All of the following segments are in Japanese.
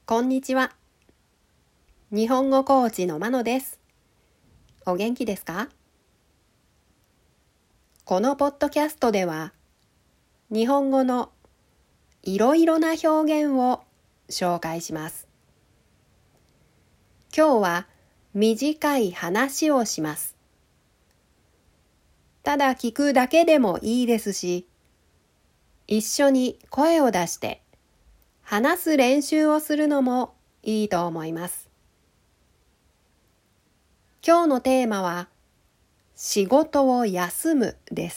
こんにちは。日本語コーチのまのです。お元気ですか？このポッドキャストでは、日本語のいろいろな表現を紹介します。今日は短い話をします。ただ聞くだけでもいいですし、一緒に声を出して話す練習をするのもいいと思います。今日のテーマは仕事を休むです。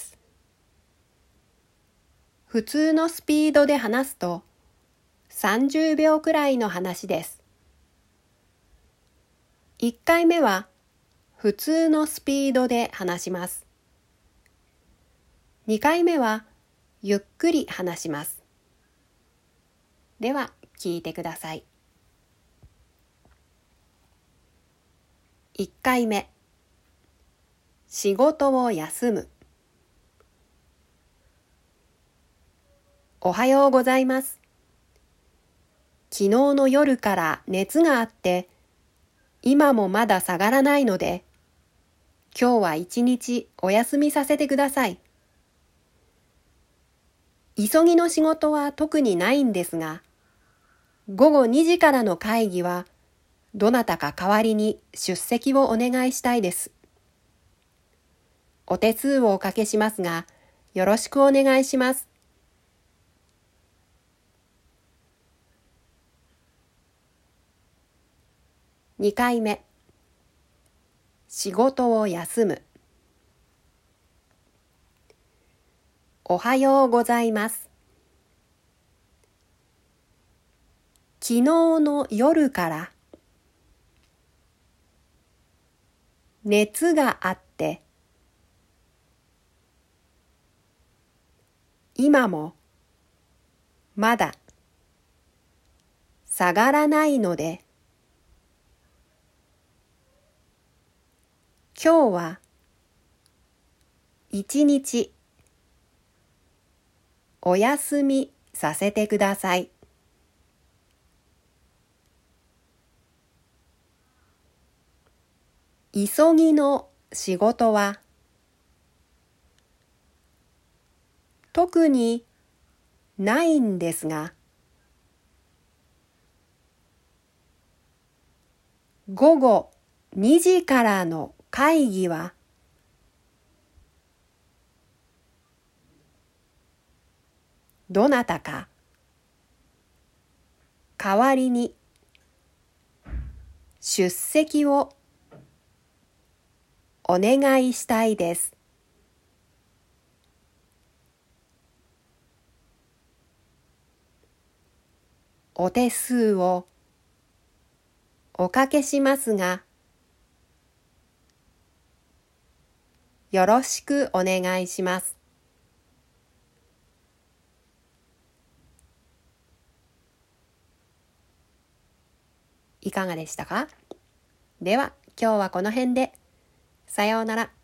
普通のスピードで話すと30秒くらいの話です。1回目は普通のスピードで話します。2回目はゆっくり話します。では聞いてください。1回目、仕事を休む。おはようございます。昨日の夜から熱があって、今もまだ下がらないので、今日は一日お休みさせてください。急ぎの仕事は特にないんですが、午後2時からの会議は、どなたか代わりに出席をお願いしたいです。お手数をおかけしますが、よろしくお願いします。2回目、仕事を休む。おはようございます。昨日の夜から熱があって、今もまだ下がらないので、今日は一日お休みさせてください。急ぎの仕事は特にないんですが、午後2時からの会議はどなたか代わりに出席をお願いしたいです。お手数をおかけしますが、よろしくお願いします。いかがでしたか？では、今日はこの辺で。さようなら。